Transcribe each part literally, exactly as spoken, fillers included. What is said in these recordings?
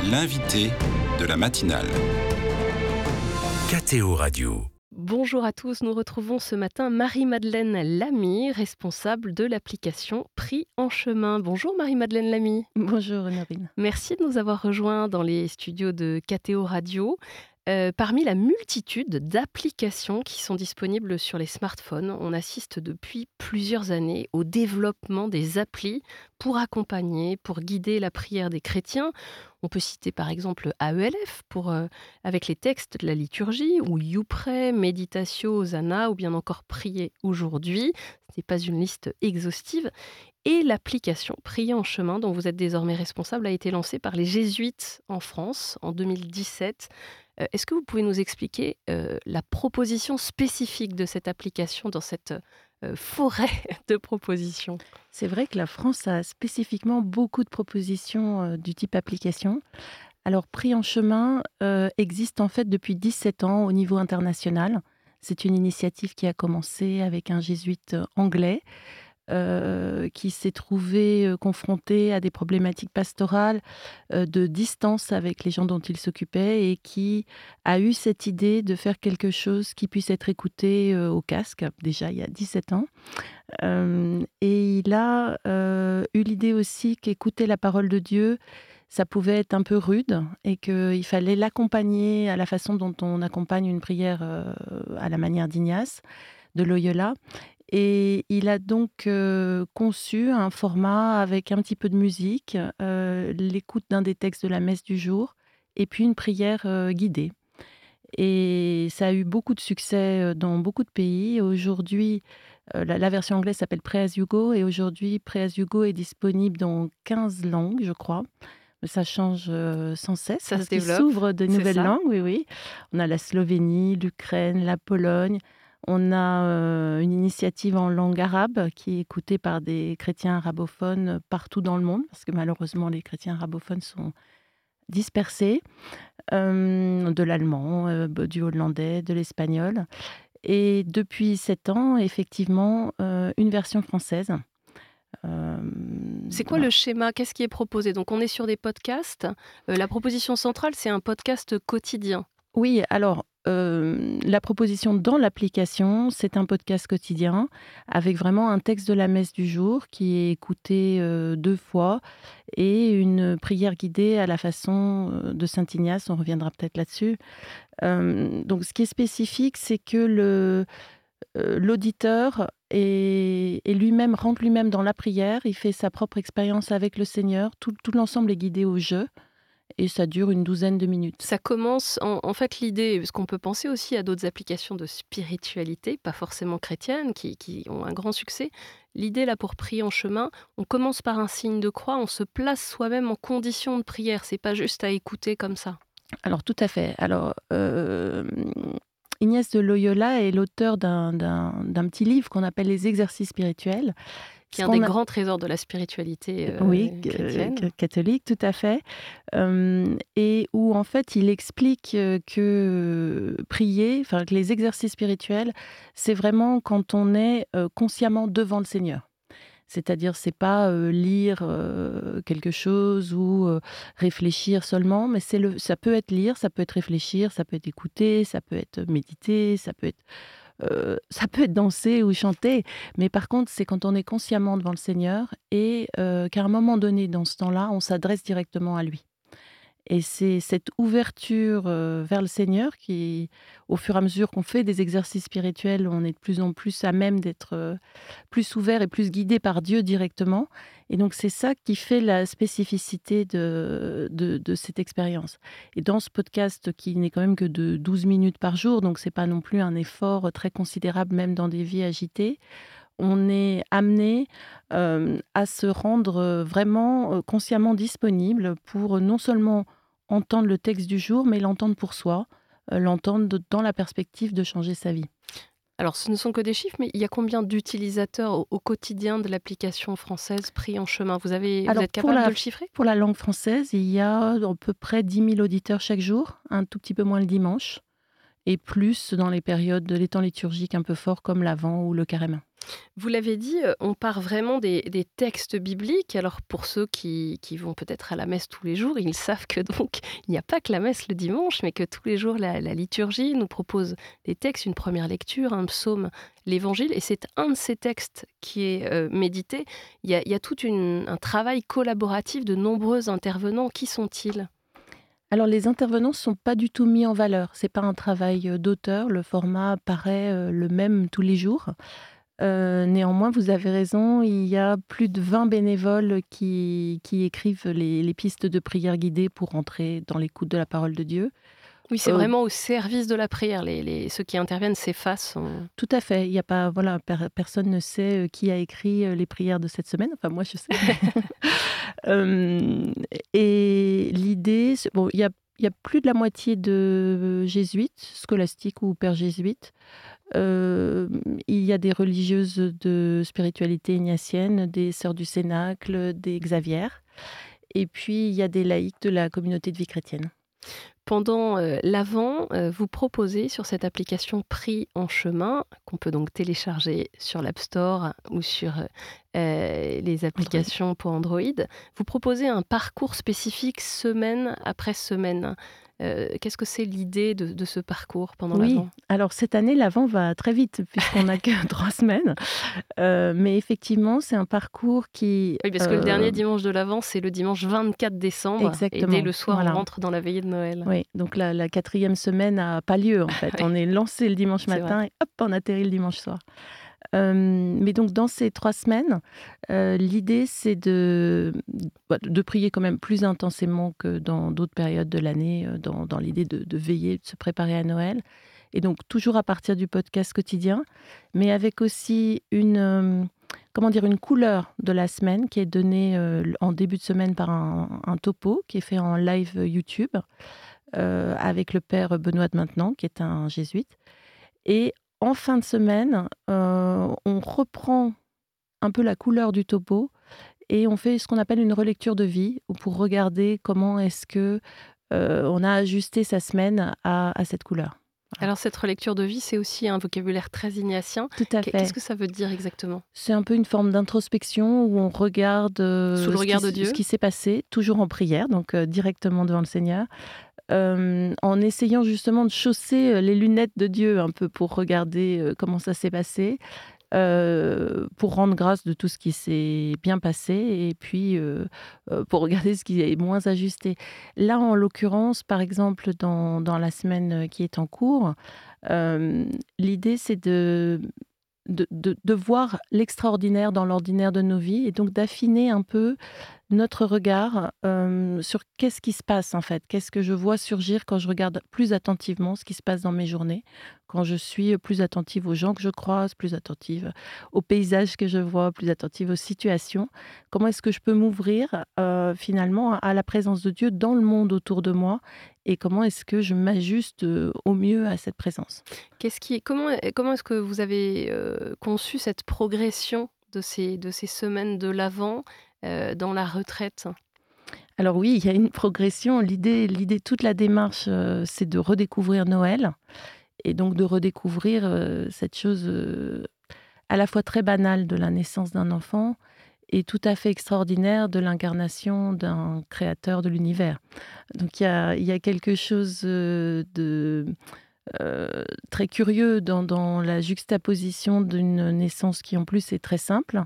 L'invité de la matinale. K T O Radio. Bonjour à tous, nous retrouvons ce matin Marie-Madeleine Lamy, responsable de l'application Pris en chemin. Bonjour Marie-Madeleine Lamy. Bonjour Honorine. Merci de nous avoir rejoints dans les studios de K T O Radio. Euh, parmi la multitude d'applications qui sont disponibles sur les smartphones, on assiste depuis plusieurs années au développement des applis pour accompagner, pour guider la prière des chrétiens. On peut citer par exemple A E L F pour, euh, avec les textes de la liturgie, ou YouPray, Meditatio, Hosanna, ou bien encore Prier aujourd'hui. Ce n'est pas une liste exhaustive. Et l'application Prier en chemin, dont vous êtes désormais responsable, a été lancée par les jésuites en France en deux mille dix-sept. Euh, est-ce que vous pouvez nous expliquer euh, la proposition spécifique de cette application dans cette euh, forêt de propositions ? C'est vrai que la France a spécifiquement beaucoup de propositions euh, du type application. Alors, Pris en chemin euh, existe en fait depuis dix-sept ans au niveau international. C'est une initiative qui a commencé avec un jésuite anglais euh, qui s'est trouvé euh, confronté à des problématiques pastorales euh, de distance avec les gens dont il s'occupait et qui a eu cette idée de faire quelque chose qui puisse être écouté euh, au casque, déjà il y a dix-sept ans. Euh, et il a euh, eu l'idée aussi qu'écouter la parole de Dieu, ça pouvait être un peu rude et qu'il fallait l'accompagner à la façon dont on accompagne une prière euh, à la manière d'Ignace de Loyola. Et il a donc euh, conçu un format avec un petit peu de musique, euh, l'écoute d'un des textes de la messe du jour et puis une prière euh, guidée. Et ça a eu beaucoup de succès dans beaucoup de pays. Aujourd'hui, euh, la, la version anglaise s'appelle Pray as you go et aujourd'hui, Pray as you go est disponible dans quinze langues, je crois. Ça change euh, sans cesse, ça parce se qu'il développe, s'ouvre de nouvelles ça langues. Oui, oui. On a la Slovénie, l'Ukraine, la Pologne. On a euh, une initiative en langue arabe qui est écoutée par des chrétiens arabophones partout dans le monde, parce que malheureusement, les chrétiens arabophones sont dispersés, euh, de l'allemand, euh, du hollandais, de l'espagnol. Et depuis sept ans, effectivement, euh, une version française. Euh, c'est quoi voilà. Le schéma ? Qu'est-ce qui est proposé ? Donc on est sur des podcasts. Euh, la proposition centrale, c'est un podcast quotidien. Oui, alors euh, la proposition dans l'application, c'est un podcast quotidien avec vraiment un texte de la messe du jour qui est écouté euh, deux fois et une prière guidée à la façon de Saint Ignace. On reviendra peut-être là-dessus. Euh, donc ce qui est spécifique, c'est que le Euh, l'auditeur est, est lui-même, rentre lui-même dans la prière, il fait sa propre expérience avec le Seigneur, tout, tout l'ensemble est guidé au jeu et ça dure une douzaine de minutes. Ça commence, en, en fait l'idée, parce qu'on peut penser aussi à d'autres applications de spiritualité, pas forcément chrétiennes, qui, qui ont un grand succès. L'idée là pour Prier en chemin, on commence par un signe de croix, on se place soi-même en condition de prière, c'est pas juste à écouter comme ça. Alors tout à fait, alors... Euh... Ignace de Loyola est l'auteur d'un, d'un, d'un petit livre qu'on appelle Les exercices spirituels. Qui est un des a... grands trésors de la spiritualité euh, oui, chrétienne. Euh, catholique, tout à fait. Euh, et où, en fait, il explique que prier, enfin, que les exercices spirituels, c'est vraiment quand on est euh, consciemment devant le Seigneur. C'est-à-dire, c'est pas euh, lire euh, quelque chose ou euh, réfléchir seulement, mais c'est le, ça peut être lire, ça peut être réfléchir, ça peut être écouter, ça peut être méditer, ça peut être, euh, ça peut être danser ou chanter. Mais par contre, c'est quand on est consciemment devant le Seigneur et euh, qu'à un moment donné, dans ce temps-là, on s'adresse directement à lui. Et c'est cette ouverture euh, vers le Seigneur qui, au fur et à mesure qu'on fait des exercices spirituels, on est de plus en plus à même d'être euh, plus ouvert et plus guidé par Dieu directement. Et donc, c'est ça qui fait la spécificité de, de, de cette expérience. Et dans ce podcast, qui n'est quand même que de douze minutes par jour, donc ce n'est pas non plus un effort très considérable, même dans des vies agitées, on est amené euh, à se rendre vraiment euh, consciemment disponible pour non seulement entendre le texte du jour, mais l'entendre pour soi, euh, l'entendre dans la perspective de changer sa vie. Alors, ce ne sont que des chiffres, mais il y a combien d'utilisateurs au, au quotidien de l'application française Pris en chemin ? Vous, avez, Alors, vous êtes capable la, de le chiffrer ? Pour la langue française, il y a à peu près dix mille auditeurs chaque jour, un tout petit peu moins le dimanche, et plus dans les périodes, les temps liturgiques un peu forts comme l'Avent ou le Carême. Vous l'avez dit, heu, on part vraiment des des textes bibliques. Alors pour ceux qui qui vont peut-être à la messe tous les jours, ils savent que donc il n'y a pas que la messe le dimanche, mais que tous les jours la la liturgie nous propose des textes, une première lecture, un psaume, l'Évangile et c'est un de ces textes qui est, heu, médité. Il y a il y a tout une un travail collaboratif de nombreux intervenants. Qui sont-ils? Alors les intervenants ne sont pas du tout mis en valeur. C'est pas un travail, heu, d'auteur. Le format paraît, heu, le même tous les jours. Heu, néanmoins, vous avez raison, il y a plus de vingt bénévoles qui qui écrivent les les pistes de prière guidées pour entrer dans l'écoute de la parole de Dieu. Oui, c'est Heu, vraiment au service de la prière. Les les ceux qui interviennent s'effacent, on Tout à fait, il y a pas voilà, per personne ne sait, heu, qui a écrit, heu, les prières de cette semaine. Enfin moi je sais. Hem et l'idée, c'est bon, il y a il y a plus de la moitié de jésuites, scolastiques ou pères jésuites. Hem, il y a des religieuses de spiritualité ignatienne, des sœurs du Cénacle, des Xavières et puis il y a des laïcs de la communauté de vie chrétienne. Pendant, heu, l'Avent, heu, vous proposez sur cette application Pris en chemin, qu'on peut donc télécharger sur l'App Store ou sur, heu heu, les Android. applications pour Android. Vous proposez un parcours spécifique semaine après semaine. Heu, qu'est-ce que c'est l'idée de de ce parcours pendant Oui, l'Avent? alors cette année, l'Avent va très vite puisqu'on n'a que trois semaines, heu, mais effectivement, c'est un parcours qui, Oui, parce que le heu dernier dimanche de l'Avent, c'est le dimanche vingt-quatre décembre et dès exactement, le soir, on voilà. rentre dans la veillée de Noël. Oui, donc la la quatrième semaine n'a pas lieu en fait. Oui, On est lancé le dimanche c'est vrai. matin et hop, on atterrit le dimanche soir. Hem, mais donc dans ces trois semaines, heu, l'idée c'est de bah, de prier quand même plus intensément que dans d'autres périodes de l'année, heu, dans dans l'idée de de veiller, de se préparer à Noël et donc toujours à partir du podcast quotidien, mais avec aussi une, hem, comment dire? Une couleur de la semaine qui est donnée, heu, l en début de semaine par un un topo qui est fait en live, heu, YouTube, heu, avec le père Benoît de Maintenon qui est un jésuite et en fin de semaine, heu, on reprend un peu la couleur du topo et on fait ce qu'on appelle une relecture de vie ou pour regarder comment est-ce que, heu, on a ajusté sa semaine à à cette couleur. Voilà. Alors cette relecture de vie, c'est aussi un vocabulaire très ignatien. Tout à Qu'est qu'est-ce fait. que ça veut dire exactement? C'est un peu une forme d'introspection où on regarde, Sous heu, le ce qui regard de s ce Dieu? qui s'est passé, toujours en prière, donc heu, directement devant le Seigneur, hem, en essayant justement de chausser, heu, les lunettes de Dieu un peu pour regarder, heu, comment ça s'est passé. Heu, pour rendre grâce de tout ce qui s'est bien passé et puis, heu heu, pour regarder ce qui est moins ajusté. Là, en l'occurrence, par exemple, dans dans la semaine, heu, qui est en cours, hem, l'idée c'est de de de de voir l'extraordinaire dans l'ordinaire de nos vies et donc d'affiner un peu notre regard, hem, sur qu'est-ce qui se passe en fait? Qu'est-ce que je vois surgir quand je regarde plus attentivement ce qui se passe dans mes journées? Quand je suis, plus attentive aux gens que je croise, plus attentive aux paysages que je vois, plus attentive aux situations. Comment est-ce que je peux m'ouvrir, heu, finalement à la présence de Dieu dans le monde autour de moi? Et comment est-ce que je m'ajuste, heu, au mieux à cette présence? Qu'est-ce qui est comment est comment est-ce que vous avez, heu, conçu cette progression de ces de ces semaines de l'Avent, heu, dans la retraite? Alors oui, il y a une progression. L'idée l'idée toute la démarche, heu, c'est de redécouvrir Noël et donc de redécouvrir, heu, cette chose, heu, à la fois très banale de la naissance d'un enfant et tout à fait extraordinaire de l'incarnation d'un créateur de l'univers. Donc il y a il y a quelque chose, heu, de, heu, très curieux dans dans la juxtaposition d'une naissance qui en plus est très simple,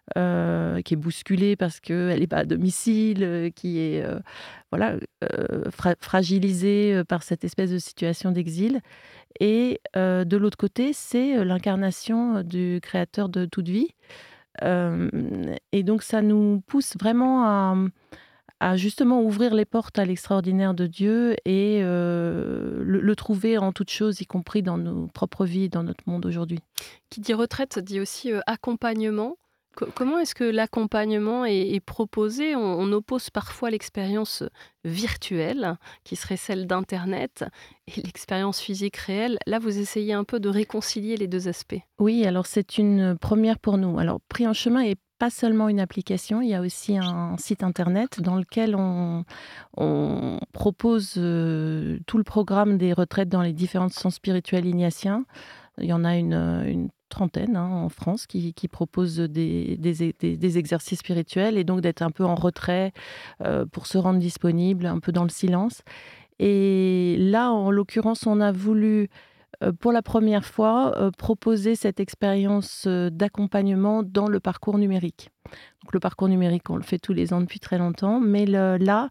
heu, qui est bousculée parce qu'elle est pas à domicile, heu, qui est, heu, voilà, heu, fra fragilisée, heu, par cette espèce de situation d'exil et heu, de l'autre côté, c'est, heu, l'incarnation, du créateur de toute vie. Hem et donc ça nous pousse vraiment à, mmh, à justement ouvrir les portes à l'extraordinaire de Dieu et heu, le le trouver en toutes choses, y compris dans nos propres vies, dans notre monde aujourd'hui. Qui dit retraite dit aussi, heu, accompagnement. Co comment est-ce que l'accompagnement est est proposé? On on oppose parfois l'expérience, virtuelle, qui serait celle d'internet et l'expérience physique réelle. Là, vous essayez un peu de réconcilier les deux aspects. Oui, alors c'est une première pour nous. Alors Pris en chemin est pas seulement une application, il y a aussi un site internet dans lequel on on propose, heu, tout le programme des retraites dans les différents centres spirituels ignatiens. Il y en a une, heu, une trentaine hein, en France qui, qui proposent des, des, des, des exercices spirituels et donc d'être un peu en retrait euh, pour se rendre disponible, un peu dans le silence. Et là, en l'occurrence, on a voulu euh, pour la première fois euh, proposer cette expérience euh, d'accompagnement dans le parcours numérique. Donc, le parcours numérique, on le fait tous les ans depuis très longtemps, mais le, là,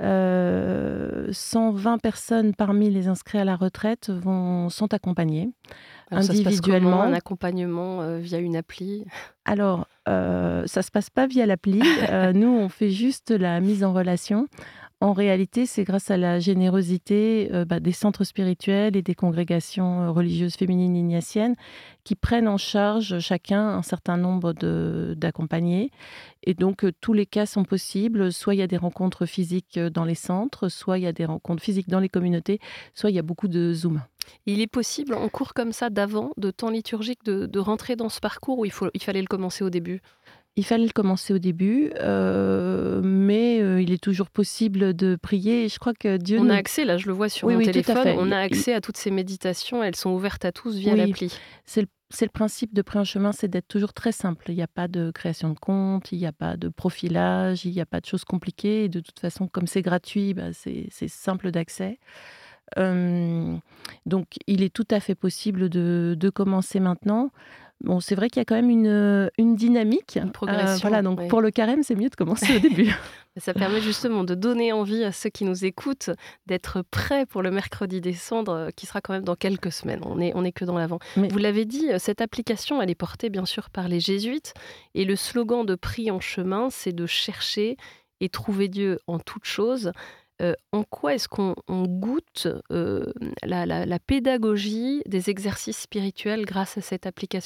euh, cent vingt personnes parmi les inscrits à la retraite vont, sont accompagnées. Alors, individuellement. Ça se passe comment, un accompagnement euh, via une appli? Alors, euh, ça ne se passe pas via l'appli. Euh, nous, on fait juste la mise en relation. En réalité, c'est grâce à la générosité euh, bah, des centres spirituels et des congrégations euh, religieuses féminines ignatiennes qui prennent en charge chacun un certain nombre de, d'accompagnés. Et donc, euh, tous les cas sont possibles. Soit il y a des rencontres physiques dans les centres, soit il y a des rencontres physiques dans les communautés, soit il y a beaucoup de Zoom. Il est possible, en cours comme ça, d'avant, de temps liturgique, de, de rentrer dans ce parcours où il, faut, il fallait le commencer au début? Il fallait le commencer au début, euh, mais euh, il est toujours possible de prier. Et je crois que Dieu On nous... a accès, là je le vois sur oui, mon oui, téléphone, on a accès à toutes ces méditations, elles sont ouvertes à tous via oui, l'appli. C'est le, c'est le principe de Prix en chemin, c'est d'être toujours très simple. Il n'y a pas de création de compte, il n'y a pas de profilage, il n'y a pas de choses compliquées. Et de toute façon, comme c'est gratuit, bah, c'est, c'est simple d'accès. Euh, donc, il est tout à fait possible de, de commencer maintenant. Bon, c'est vrai qu'il y a quand même une, une dynamique. Une progression. Euh, voilà, donc oui. pour le carême, c'est mieux de commencer au début. Ça permet justement de donner envie à ceux qui nous écoutent d'être prêts pour le mercredi des cendres, qui sera quand même dans quelques semaines. On n'est on est que dans l'avant. Mais... Vous l'avez dit, cette application, elle est portée bien sûr par les jésuites. Et le slogan de Prix en chemin, c'est de chercher et trouver Dieu en toutes choses. Euh, en quoi est-ce qu'on on goûte euh, la, la, la pédagogie des exercices spirituels grâce à cette application ?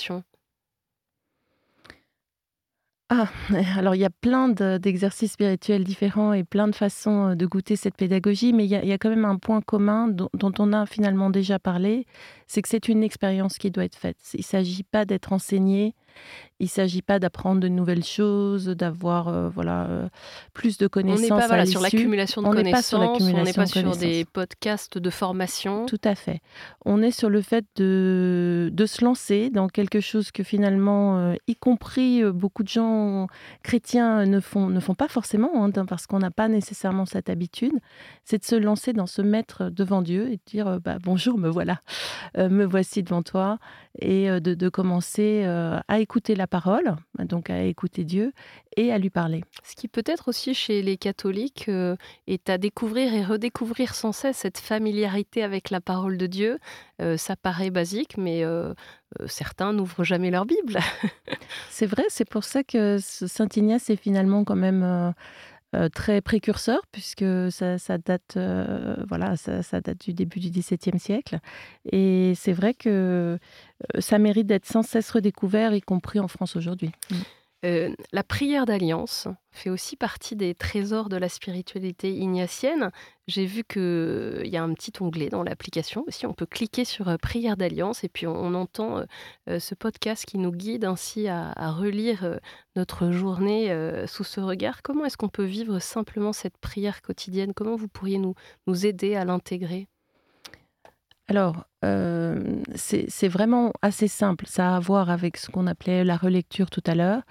Ah, alors il y a plein de, d'exercices spirituels différents et plein de façons de goûter cette pédagogie, mais il y a, il y a quand même un point commun dont, dont on a finalement déjà parlé, c'est que c'est une expérience qui doit être faite. Il ne s'agit pas d'être enseigné, il ne s'agit pas d'apprendre de nouvelles choses, d'avoir euh, voilà, euh, plus de connaissances. On n'est pas voilà, à sur l'issue. l'accumulation de on connaissances, n'est pas sur on n'est pas de sur des podcasts de formation. Tout à fait. On est sur le fait de, de se lancer dans quelque chose que finalement, euh, y compris euh, beaucoup de gens chrétiens ne font, ne font pas forcément, hein, parce qu'on n'a pas nécessairement cette habitude, c'est de se lancer dans se mettre devant Dieu et de dire euh, bah, « bonjour, me voilà, euh, me voici devant toi » et euh, de, de commencer euh, à écouter la parole, donc à écouter Dieu et à lui parler. Ce qui peut-être aussi chez les catholiques euh, est à découvrir et redécouvrir sans cesse cette familiarité avec la parole de Dieu. Euh, ça paraît basique, mais euh, euh, certains n'ouvrent jamais leur Bible. C'est vrai, c'est pour ça que Saint Ignace est finalement quand même euh, euh, très précurseur, puisque ça, ça date, euh, voilà, ça, ça date du début du dix-septième siècle. Et c'est vrai que euh, ça mérite d'être sans cesse redécouvert, y compris en France aujourd'hui. Mmh. Euh, la prière d'alliance fait aussi partie des trésors de la spiritualité ignatienne. J'ai vu qu'il y a un petit onglet dans l'application aussi. On peut cliquer sur euh, prière d'alliance et puis on, on entend euh, ce podcast qui nous guide ainsi à, à relire euh, notre journée euh, sous ce regard. Comment est-ce qu'on peut vivre simplement cette prière quotidienne ? Comment vous pourriez nous, nous aider à l'intégrer ? Alors, euh, c'est, c'est vraiment assez simple. Ça a à voir avec ce qu'on appelait la relecture tout à l'heure.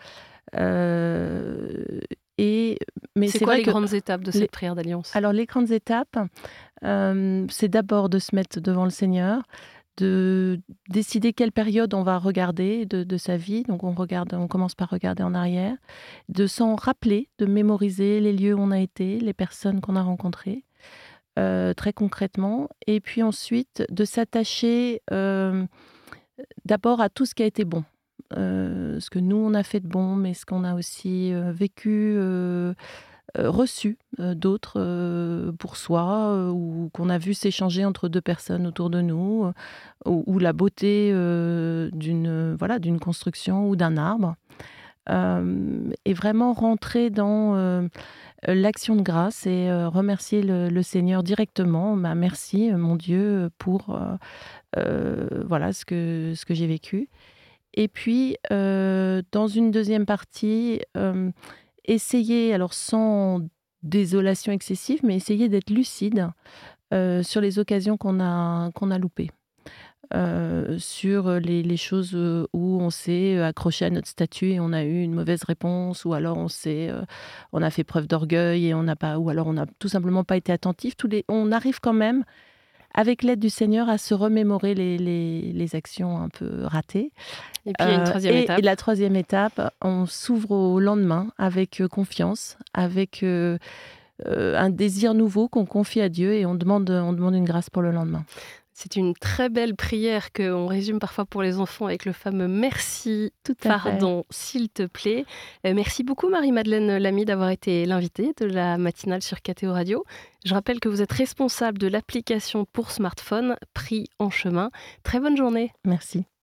Euh, et, mais c'est, c'est quoi vrai les que grandes étapes de cette les, prière d'alliance ? Alors, les grandes étapes, euh, c'est d'abord de se mettre devant le Seigneur, de décider quelle période on va regarder de, de sa vie. Donc, on, regarde, on commence par regarder en arrière, de s'en rappeler, de mémoriser les lieux où on a été, les personnes qu'on a rencontrées. Euh, très concrètement, et puis ensuite de s'attacher euh, d'abord à tout ce qui a été bon, euh, ce que nous on a fait de bon, mais ce qu'on a aussi euh, vécu, euh, euh, reçu euh, d'autres euh, pour soi, euh, ou qu'on a vu s'échanger entre deux personnes autour de nous, euh, ou, ou la beauté euh, d'une, voilà, d'une construction ou d'un arbre, euh, et vraiment rentrer dans euh, l'action de grâce et euh, remercier le, le Seigneur directement. Bah, merci, mon Dieu, pour euh, euh, voilà, ce que, ce que j'ai vécu. Et puis, euh, dans une deuxième partie, euh, essayer, alors sans désolation excessive, mais essayer d'être lucide euh, sur les occasions qu'on a, qu'on a loupées. euh, sur les, les choses euh, où on s'est accroché à notre statut et on a eu une mauvaise réponse, ou alors on s'est, euh, on a fait preuve d'orgueil et on n'a pas, ou alors on n'a tout simplement pas été attentif. Tous les, on arrive quand même, avec l'aide du Seigneur, à se remémorer les, les, les actions un peu ratées. Et puis il y a une Euh, troisième et, étape. et la troisième étape, on s'ouvre au lendemain avec euh, confiance, avec euh, euh, un désir nouveau qu'on confie à Dieu, et on demande, on demande une grâce pour le lendemain. C'est une très belle prière qu'on résume parfois pour les enfants avec le fameux « merci, Tout à fait. pardon, s'il te plaît ». Euh, merci beaucoup Marie-Madeleine Lamy d'avoir été l'invitée de la matinale sur K T O Radio. Je rappelle que vous êtes responsable de l'application pour smartphone Pris en chemin. Très bonne journée. Merci.